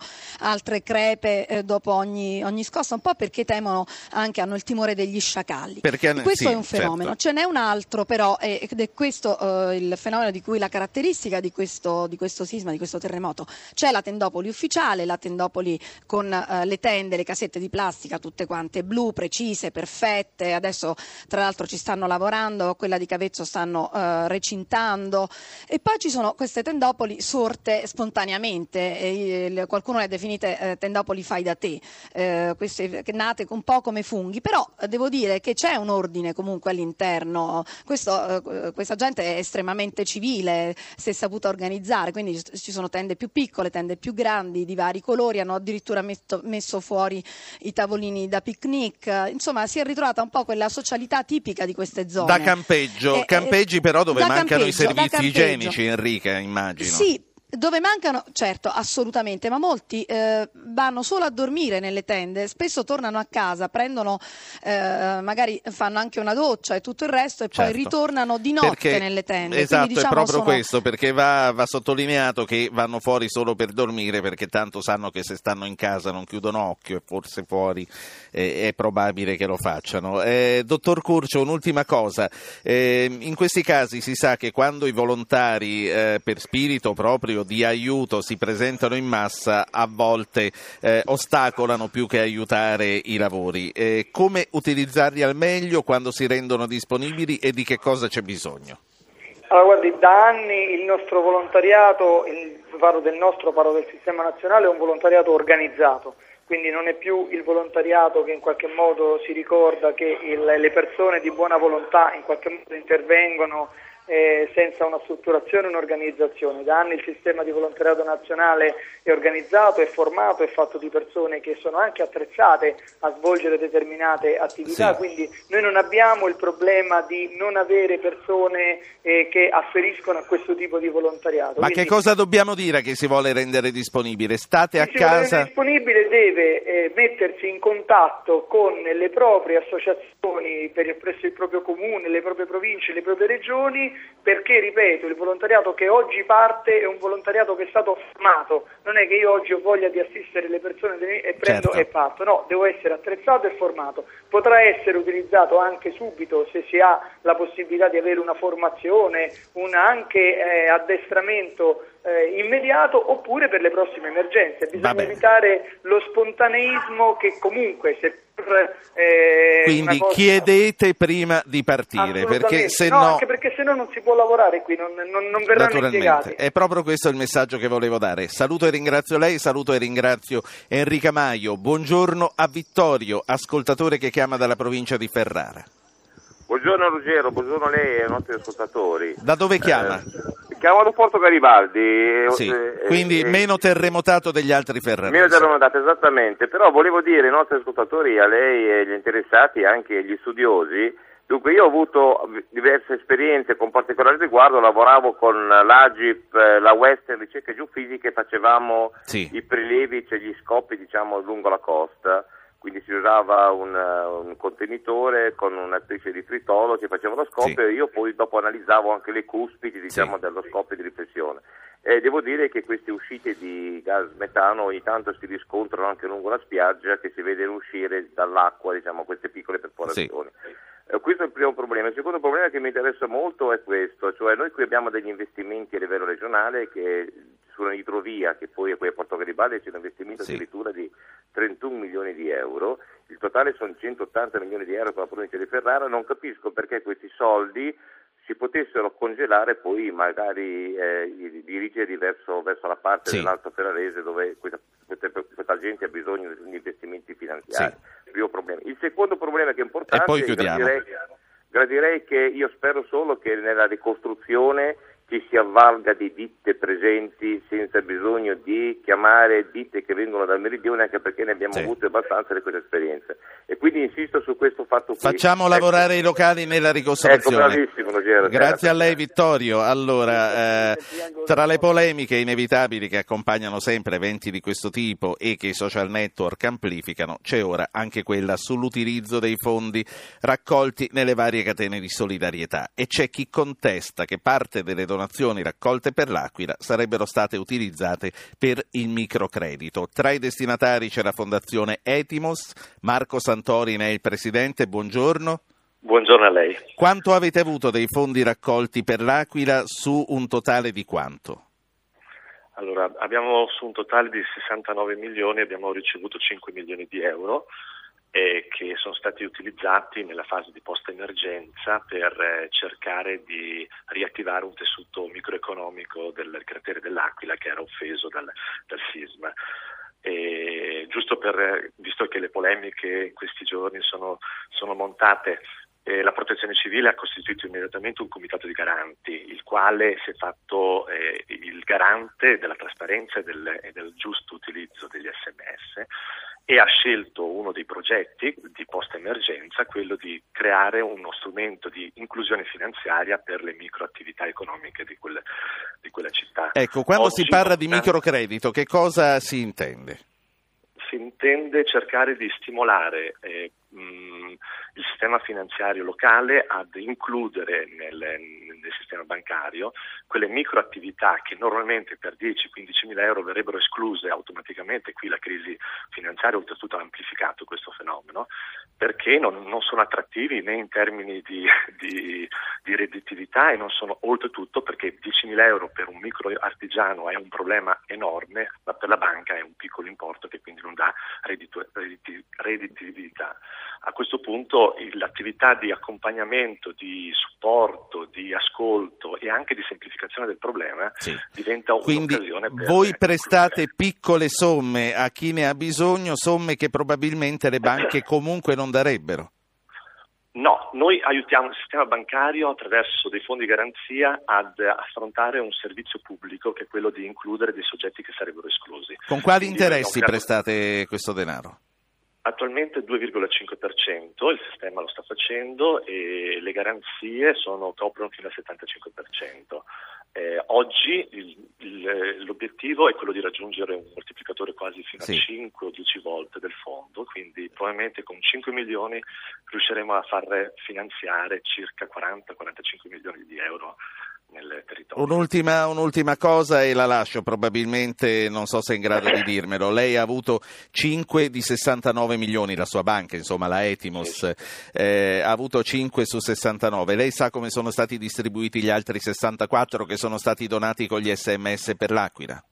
altre crepe dopo ogni scossa, un po' perché temono anche, hanno il timore degli sciacalli. Questo è un fenomeno. Certo. Ce n'è un altro però, ed è questo il fenomeno di cui la caratteristica di questo sisma, di questo terremoto. C'è la tendopoli ufficiale, la tendopoli con le tende, le casette di plastica tutte quante blu, precise, perfette. Adesso tra l'altro ci stanno lavorando, quella di Cavezzo stanno recintando, e poi ci sono queste tendopoli sorte spontaneamente, qualcuno le ha definite tendopoli fai da te, queste nate un po' come funghi, però devo dire che c'è un ordine comunque all'interno. Questa gente è estremamente civile, si è saputa organizzare, quindi ci sono tende più piccole, tende più grandi, di vari colori, hanno addirittura messo fuori i tavolini da picnic, insomma si è ritrovata un po' quella socialità tipica di queste zone. Da campeggio, campeggi però dove mancano i servizi igienici, Enrica, immagino. Sì. Dove mancano, certo, assolutamente, ma molti vanno solo a dormire nelle tende, spesso tornano a casa, prendono, magari fanno anche una doccia e tutto il resto, e poi ritornano di notte nelle tende. Esatto, quindi, diciamo, è proprio questo, perché va sottolineato che vanno fuori solo per dormire, perché tanto sanno che se stanno in casa non chiudono occhio, e forse fuori è probabile che lo facciano. Dottor Curcio, un'ultima cosa, in questi casi si sa che quando i volontari per spirito proprio di aiuto si presentano in massa, a volte ostacolano più che aiutare i lavori. Come utilizzarli al meglio quando si rendono disponibili, e di che cosa c'è bisogno? Allora, guardi, da anni il nostro volontariato, parlo del sistema nazionale, è un volontariato organizzato. Quindi non è più il volontariato che in qualche modo si ricorda che le persone di buona volontà in qualche modo intervengono senza una strutturazione e un'organizzazione. Da anni il sistema di volontariato nazionale è organizzato, è formato, è fatto di persone che sono anche attrezzate a svolgere determinate attività, quindi noi non abbiamo il problema di non avere persone che afferiscono a questo tipo di volontariato. Ma quindi, che cosa dobbiamo dire che si vuole rendere disponibile? State a casa? Chi si vuole rendere disponibile deve mettersi in contatto con le proprie associazioni presso il proprio comune, le proprie province, le proprie regioni, perché, ripeto, il volontariato che oggi parte è un volontariato che è stato formato. Non è che io oggi ho voglia di assistere le persone e prendo e parto, no, devo essere attrezzato e formato. Potrà essere utilizzato anche subito se si ha la possibilità di avere una formazione, anche addestramento immediato, oppure per le prossime emergenze. Bisogna evitare lo spontaneismo che comunque quindi chiedete prima di partire, perché se no, anche perché se no non si può lavorare qui, non verranno impiegati. È proprio questo il messaggio che volevo dare. Saluto e ringrazio lei, saluto e ringrazio Enrica Maio. Buongiorno a Vittorio, ascoltatore che chiama dalla provincia di Ferrara. Buongiorno Ruggero, buongiorno a lei e ai nostri ascoltatori. Da dove chiama? Chiamo da Porto Garibaldi. Quindi meno terremotato degli altri ferraresi. Meno terremotato, esattamente. Però volevo dire ai nostri ascoltatori, a lei e agli interessati, anche agli studiosi, dunque io ho avuto diverse esperienze con particolare riguardo, lavoravo con l'Agip, la Western Ricerche Geofisiche, facevamo i prelievi, cioè gli scoppi diciamo lungo la costa. Quindi si usava un contenitore con una specie di tritolo, si faceva lo scoppio e io poi dopo analizzavo anche le cuspidi diciamo dello scoppio di riflessione. Devo dire che queste uscite di gas metano ogni tanto si riscontrano anche lungo la spiaggia, che si vede uscire dall'acqua diciamo queste piccole perforazioni. Questo è il primo problema. Il secondo problema che mi interessa molto è questo, cioè noi qui abbiamo degli investimenti a livello regionale che sulla idrovia, che poi è qui a Porto Garibaldi c'è un investimento addirittura di 31 milioni di euro, il totale sono 180 milioni di euro per la provincia di Ferrara. Non capisco perché questi soldi si potessero congelare, poi magari dirigerli verso la parte dell'Alto Ferrarese dove questa gente ha bisogno di investimenti finanziari. Primo problema. Il secondo problema che è importante, e poi chiudiamo. Gradirei che io spero solo che nella ricostruzione ci si avvalga di ditte presenti senza bisogno di chiamare ditte che vengono dal meridione, anche perché ne abbiamo avute abbastanza di queste esperienze. E quindi insisto su questo fatto qui. Facciamo lavorare i locali nella ricostruzione. Bravissimo, Rogero. Grazie a lei Vittorio. Allora, tra le polemiche inevitabili che accompagnano sempre eventi di questo tipo e che i social network amplificano, c'è ora anche quella sull'utilizzo dei fondi raccolti nelle varie catene di solidarietà, e c'è chi contesta che parte delle donazioni donazioni raccolte per l'Aquila sarebbero state utilizzate per il microcredito. Tra i destinatari c'è la Fondazione Etimos. Marco Santori ne è il presidente. Buongiorno. Buongiorno a lei. Quanto avete avuto dei fondi raccolti per l'Aquila su un totale di quanto? Allora, abbiamo su un totale di 69 milioni, abbiamo ricevuto 5 milioni di euro che sono stati utilizzati nella fase di post-emergenza per cercare di riattivare un tessuto microeconomico del cratere dell'Aquila che era offeso dal sisma. Visto che le polemiche in questi giorni sono montate, la Protezione Civile ha costituito immediatamente un comitato di garanti, il quale si è fatto il garante della trasparenza e del giusto utilizzo degli SMS e ha scelto uno dei progetti di post-emergenza, quello di creare uno strumento di inclusione finanziaria per le microattività economiche di quella città. Ecco, quando si parla di microcredito, che cosa si intende? Si intende cercare di stimolare il sistema finanziario locale ad includere nel sistema bancario quelle microattività che normalmente per 10-15 mila euro verrebbero escluse automaticamente. Qui la crisi finanziaria oltretutto ha amplificato questo fenomeno, perché non sono attrattivi né in termini di redditività e non sono oltretutto perché 10.000 euro per un micro artigiano è un problema enorme, ma per la banca è un piccolo importo che quindi non dà redditività. A questo punto l'attività di accompagnamento, di supporto, di ascolto e anche di semplificazione del problema diventa un'occasione. Quindi voi prestate piccole somme a chi ne ha bisogno, somme che probabilmente le banche comunque non darebbero? No, noi aiutiamo il sistema bancario attraverso dei fondi di garanzia ad affrontare un servizio pubblico che è quello di includere dei soggetti che sarebbero esclusi. Con quali interessi prestate questo denaro? Attualmente 2,5%, il sistema lo sta facendo e le garanzie coprono fino al 75%. Oggi l'obiettivo è quello di raggiungere un moltiplicatore quasi fino a 5 o 10 volte del fondo, quindi probabilmente con 5 milioni riusciremo a far finanziare circa 40-45 milioni di euro nel territorio. Un'ultima cosa e la lascio, probabilmente non so se è in grado di dirmelo. Lei ha avuto 5 di 69 milioni, la sua banca, insomma la Etimos, ha avuto 5 su 69. Lei sa come sono stati distribuiti gli altri 64 che sono stati donati con gli SMS per l'Aquila?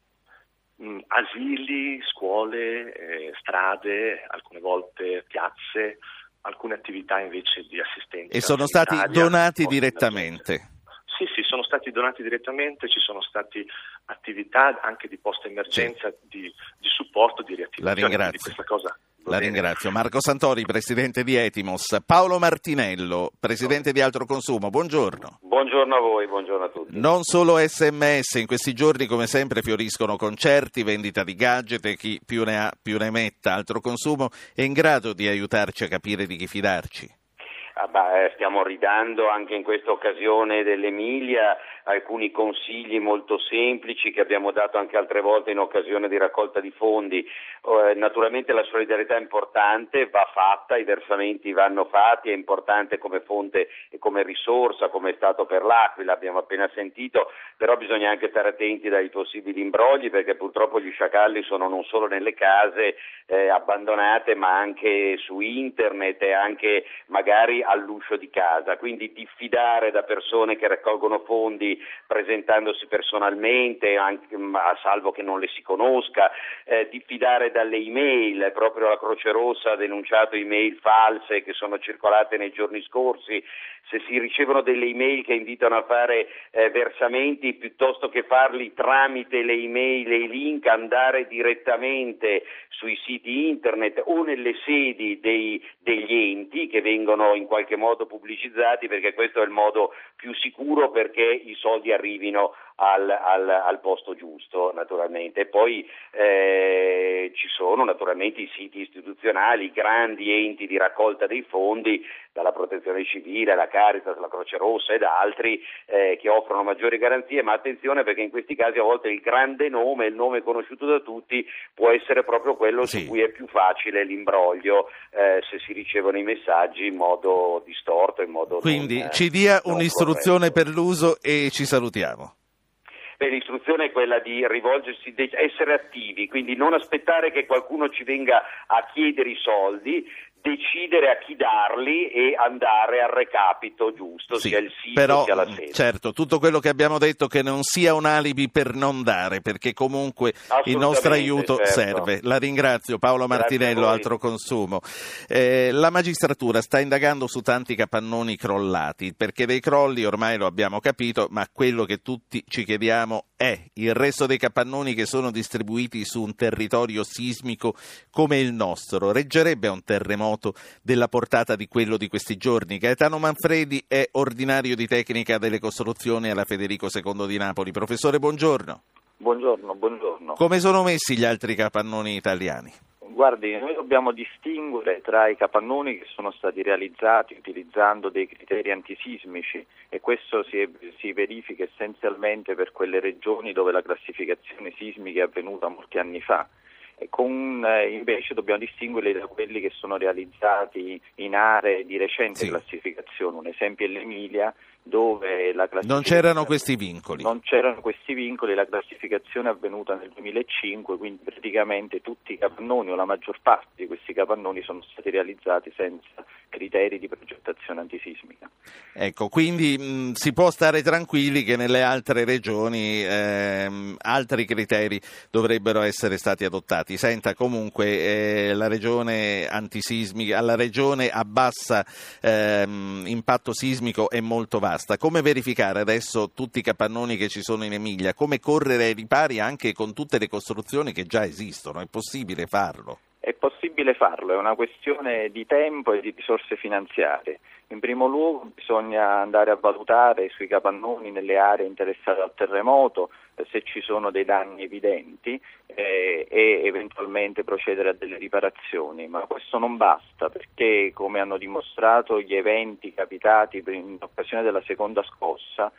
Asili, scuole, strade, alcune volte piazze, alcune attività invece di assistenza. E sono stati donati direttamente? Sì, sono stati donati direttamente, ci sono stati attività anche di post-emergenza, di supporto, di riattivazione. La ringrazio. Di questa cosa. La ringrazio. Marco Santori, presidente di Etimos. Paolo Martinello, presidente di Altro Consumo. Buongiorno. Buongiorno a voi, buongiorno a tutti. Non solo SMS, in questi giorni come sempre fioriscono concerti, vendita di gadget e chi più ne ha più ne metta. Altro Consumo è in grado di aiutarci a capire di chi fidarci? Stiamo ridando anche in questa occasione dell'Emilia alcuni consigli molto semplici che abbiamo dato anche altre volte in occasione di raccolta di fondi. Naturalmente la solidarietà è importante, va fatta, i versamenti vanno fatti, è importante come fonte e come risorsa, come è stato per l'Aquila, abbiamo appena sentito, però bisogna anche stare attenti dai possibili imbrogli perché purtroppo gli sciacalli sono non solo nelle case abbandonate ma anche su internet e anche magari all'uscio di casa, quindi diffidare da persone che raccolgono fondi presentandosi personalmente, anche, a salvo che non le si conosca, diffidare dalle email, proprio la Croce Rossa ha denunciato email false che sono circolate nei giorni scorsi. Se si ricevono delle email che invitano a fare versamenti, piuttosto che farli tramite le email e i link, andare direttamente sui siti internet o nelle sedi degli enti che vengono in qualche modo pubblicizzati, perché questo è il modo più sicuro perché i soldi arrivino al posto giusto, naturalmente. E poi ci sono naturalmente i siti istituzionali, i grandi enti di raccolta dei fondi, dalla Protezione Civile, la Caritas, la Croce Rossa ed altri, che offrono maggiori garanzie, ma attenzione, perché in questi casi a volte il grande nome, il nome conosciuto da tutti, può essere proprio quello su cui è più facile l'imbroglio, se si ricevono i messaggi in modo distorto, in modo Quindi ci dia un'istruzione per l'uso e ci salutiamo. L'istruzione è quella di rivolgersi, essere attivi, quindi non aspettare che qualcuno ci venga a chiedere i soldi, decidere a chi darli e andare al recapito giusto, sia il sito però, sia la sede. Certo, tutto quello che abbiamo detto, che non sia un alibi per non dare, perché comunque il nostro aiuto serve. La ringrazio, Paolo Martinello, Altro Consumo. La magistratura sta indagando su tanti capannoni crollati, perché dei crolli ormai lo abbiamo capito, ma quello che tutti ci chiediamo è: il resto dei capannoni che sono distribuiti su un territorio sismico come il nostro reggerebbe a un terremoto della portata di quello di questi giorni? Gaetano Manfredi è ordinario di tecnica delle costruzioni alla Federico II di Napoli. Professore, buongiorno. Buongiorno. Come sono messi gli altri capannoni italiani? Guardi, noi dobbiamo distinguere tra i capannoni che sono stati realizzati utilizzando dei criteri antisismici, e questo si verifica essenzialmente per quelle regioni dove la classificazione sismica è avvenuta molti anni fa. Invece dobbiamo distinguerli da quelli che sono realizzati in aree di recente classificazione. Un esempio è l'Emilia, dove la classificazione non c'erano questi vincoli. La classificazione è avvenuta nel 2005, quindi praticamente tutti i capannoni o la maggior parte di questi capannoni sono stati realizzati senza criteri di progettazione antisismica. Ecco, quindi si può stare tranquilli che nelle altre regioni altri criteri dovrebbero essere stati adottati. Senta, comunque la regione antisismica, la regione a bassa impatto sismico è molto vasta. Come verificare adesso tutti i capannoni che ci sono in Emilia? Come correre ai ripari anche con tutte le costruzioni che già esistono? È possibile farlo? È possibile farlo, è una questione di tempo e di risorse finanziarie. In primo luogo bisogna andare a valutare sui capannoni nelle aree interessate dal terremoto se ci sono dei danni evidenti e eventualmente procedere a delle riparazioni, ma questo non basta, perché come hanno dimostrato gli eventi capitati in occasione della seconda scossa,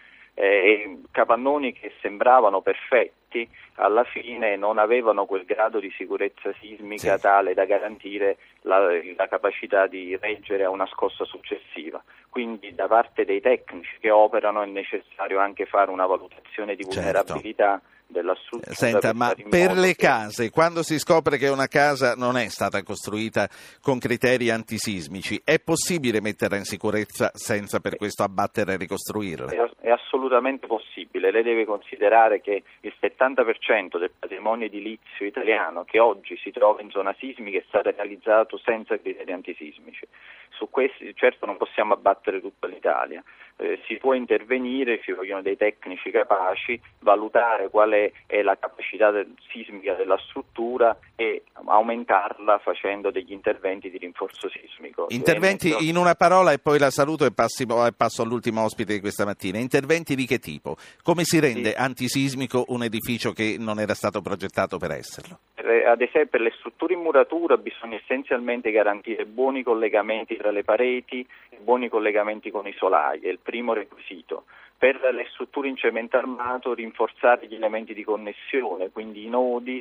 capannoni che sembravano perfetti alla fine non avevano quel grado di sicurezza sismica tale da garantire la capacità di reggere a una scossa successiva. Quindi da parte dei tecnici che operano è necessario anche fare una valutazione di vulnerabilità della struttura. Senta, ma per le case, quando si scopre che una casa non è stata costruita con criteri antisismici, è possibile metterla in sicurezza senza per questo abbattere e ricostruirla? È assolutamente possibile. Lei deve considerare che il 70% del patrimonio edilizio italiano che oggi si trova in zona sismica è stato realizzato senza criteri antisismici. Su questi certo non possiamo abbattere tutta l'Italia. Si può intervenire, ci vogliono dei tecnici capaci, valutare qual è la capacità sismica della struttura e aumentarla facendo degli interventi di rinforzo sismico. Interventi, in una parola, e poi la saluto e passo all'ultimo ospite di questa mattina. Interventi di che tipo? Come si rende antisismico un edificio che non era stato progettato per esserlo? Ad esempio, per le strutture in muratura bisogna essenzialmente garantire buoni collegamenti tra le pareti e buoni collegamenti con i solai, è il primo requisito. Per le strutture in cemento armato rinforzare gli elementi di connessione, quindi i nodi,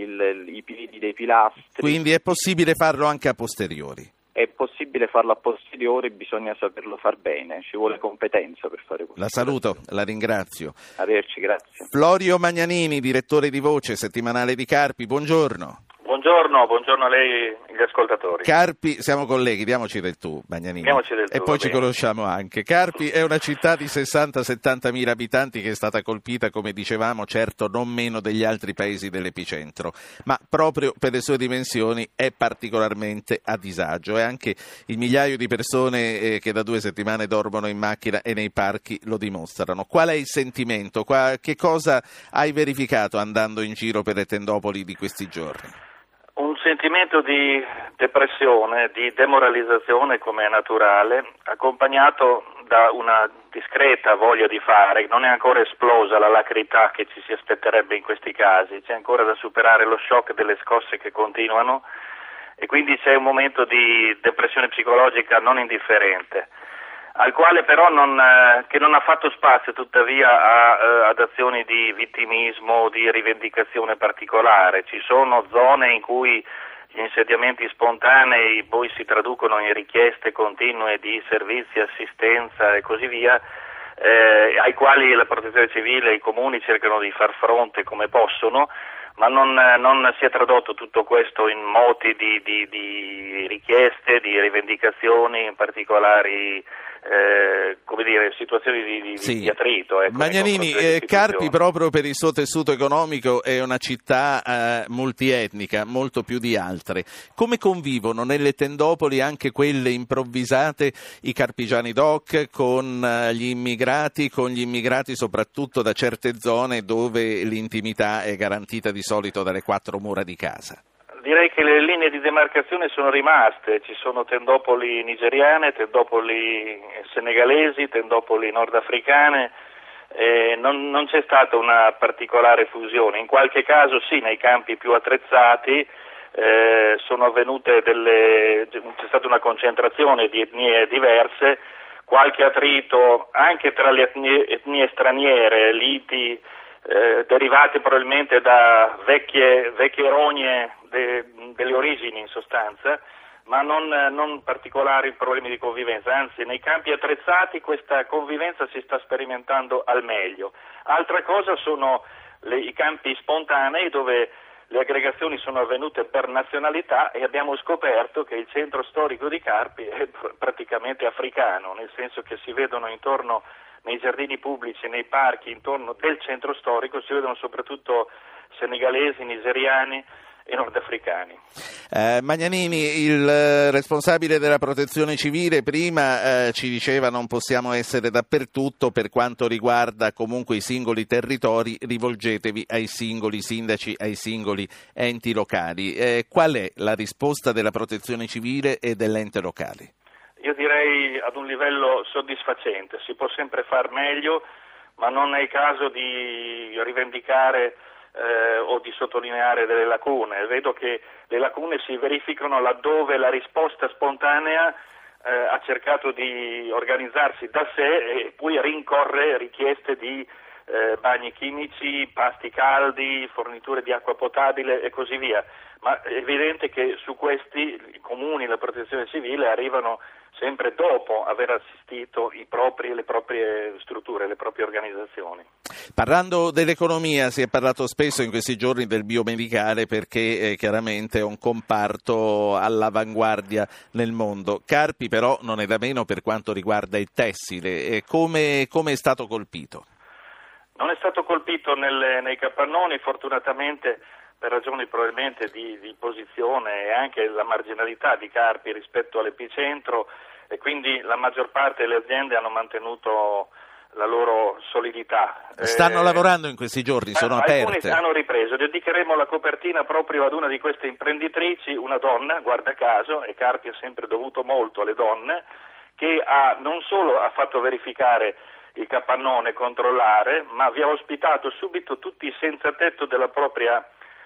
i piedi dei pilastri. Quindi è possibile farlo anche a posteriori? È possibile farlo a posteriori, bisogna saperlo far bene, ci vuole competenza per fare questo. La saluto, la ringrazio. Arrivederci, grazie. Florio Magnanini, direttore di Voce, settimanale di Carpi, buongiorno. Buongiorno a lei e agli ascoltatori. Carpi, siamo colleghi, diamoci del tu, Magnanini. E poi ci conosciamo anche. Carpi è una città di 60-70 mila abitanti che è stata colpita, come dicevamo, certo non meno degli altri paesi dell'epicentro, ma proprio per le sue dimensioni è particolarmente a disagio, e anche il migliaio di persone che da 2 settimane dormono in macchina e nei parchi lo dimostrano. Qual è il sentimento? Che cosa hai verificato andando in giro per le tendopoli di questi giorni? Un sentimento di depressione, di demoralizzazione, come è naturale, accompagnato da una discreta voglia di fare, non è ancora esplosa la lacrità che ci si aspetterebbe in questi casi, c'è ancora da superare lo shock delle scosse che continuano e quindi c'è un momento di depressione psicologica non indifferente, al quale però che non ha fatto spazio tuttavia ad azioni di vittimismo, di rivendicazione particolare. Ci sono zone in cui gli insediamenti spontanei poi si traducono in richieste continue di servizi, assistenza e così via, ai quali la protezione civile e i comuni cercano di far fronte come possono, ma non si è tradotto tutto questo in moti di richieste, di rivendicazioni, in particolari situazioni di attrito. Magnanini, Carpi proprio per il suo tessuto economico è una città multietnica, molto più di altre. Come convivono nelle tendopoli, anche quelle improvvisate, i carpigiani doc con gli immigrati soprattutto da certe zone dove l'intimità è garantita di solito dalle quattro mura di casa? Direi che le linee di demarcazione sono rimaste, ci sono tendopoli nigeriane, tendopoli senegalesi, tendopoli nordafricane, non c'è stata una particolare fusione. In qualche caso sì, nei campi più attrezzati sono avvenute c'è stata una concentrazione di etnie diverse, qualche attrito anche tra le etnie straniere, liti derivate probabilmente da vecchie rogne delle origini in sostanza, ma non particolari problemi di convivenza, anzi nei campi attrezzati questa convivenza si sta sperimentando al meglio. Altra cosa sono i campi spontanei dove le aggregazioni sono avvenute per nazionalità e abbiamo scoperto che il centro storico di Carpi è praticamente africano, nel senso che si vedono intorno nei giardini pubblici, nei parchi intorno del centro storico, si vedono soprattutto senegalesi, nigeriani e nordafricani. Magnanini, il responsabile della protezione civile prima ci diceva non possiamo essere dappertutto, per quanto riguarda comunque i singoli territori rivolgetevi ai singoli sindaci, ai singoli enti locali. Qual è la risposta della protezione civile e dell'ente locale? Io direi ad un livello soddisfacente, si può sempre far meglio, ma non è il caso di rivendicare o di sottolineare delle lacune. Vedo che le lacune si verificano laddove la risposta spontanea ha cercato di organizzarsi da sé e poi rincorre richieste di bagni chimici, pasti caldi, forniture di acqua potabile e così via. Ma è evidente che su questi i comuni e la protezione civile arrivano sempre dopo aver assistito le proprie strutture, le proprie organizzazioni. Parlando dell'economia, si è parlato spesso in questi giorni del biomedicale perché chiaramente è un comparto all'avanguardia nel mondo. Carpi però non è da meno per quanto riguarda il tessile. Come è stato colpito? Non è stato colpito nei capannoni, fortunatamente, per ragioni probabilmente di posizione e anche la marginalità di Carpi rispetto all'epicentro, e quindi la maggior parte delle aziende hanno mantenuto la loro solidità. Stanno lavorando in questi giorni, sono aperte. Alcuni hanno ripreso, dedicheremo la copertina proprio ad una di queste imprenditrici, una donna, guarda caso, e Carpi ha sempre dovuto molto alle donne, che non solo ha fatto verificare il capannone, controllare, ma vi ha ospitato subito tutti i senza tetto della propria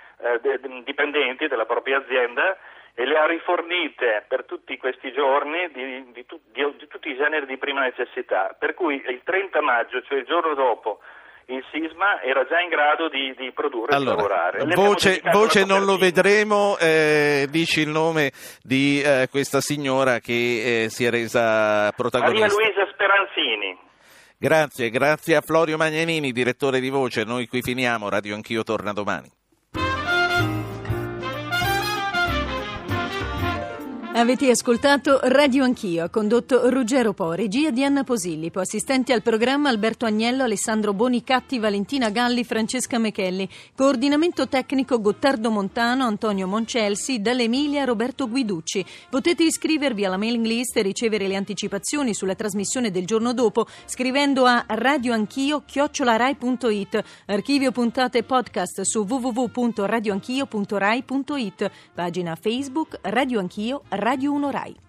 dipendenti della propria azienda e le ha rifornite per tutti questi giorni di tutti i generi di prima necessità, per cui il 30 maggio, cioè il giorno dopo il sisma, era già in grado di produrre e lavorare. Voce non lo vedremo, dici il nome di questa signora che si è resa protagonista. Maria Luisa Speranzini. Grazie a Florio Magnanini, direttore di Voce. Noi qui finiamo, Radio Anch'io torna domani. Avete ascoltato Radio Anch'io, ha condotto Ruggero Po, regia di Anna Posillipo, assistenti al programma Alberto Agnello, Alessandro Bonicatti, Valentina Galli, Francesca Mechelli, coordinamento tecnico Gottardo Montano, Antonio Moncelsi, dall'Emilia Roberto Guiducci. Potete iscrivervi alla mailing list e ricevere le anticipazioni sulla trasmissione del giorno dopo scrivendo a radioanchio@rai.it, archivio puntate podcast su www.radioanchio.rai.it, pagina Facebook Radio Anch'io, Radio 1 Rai.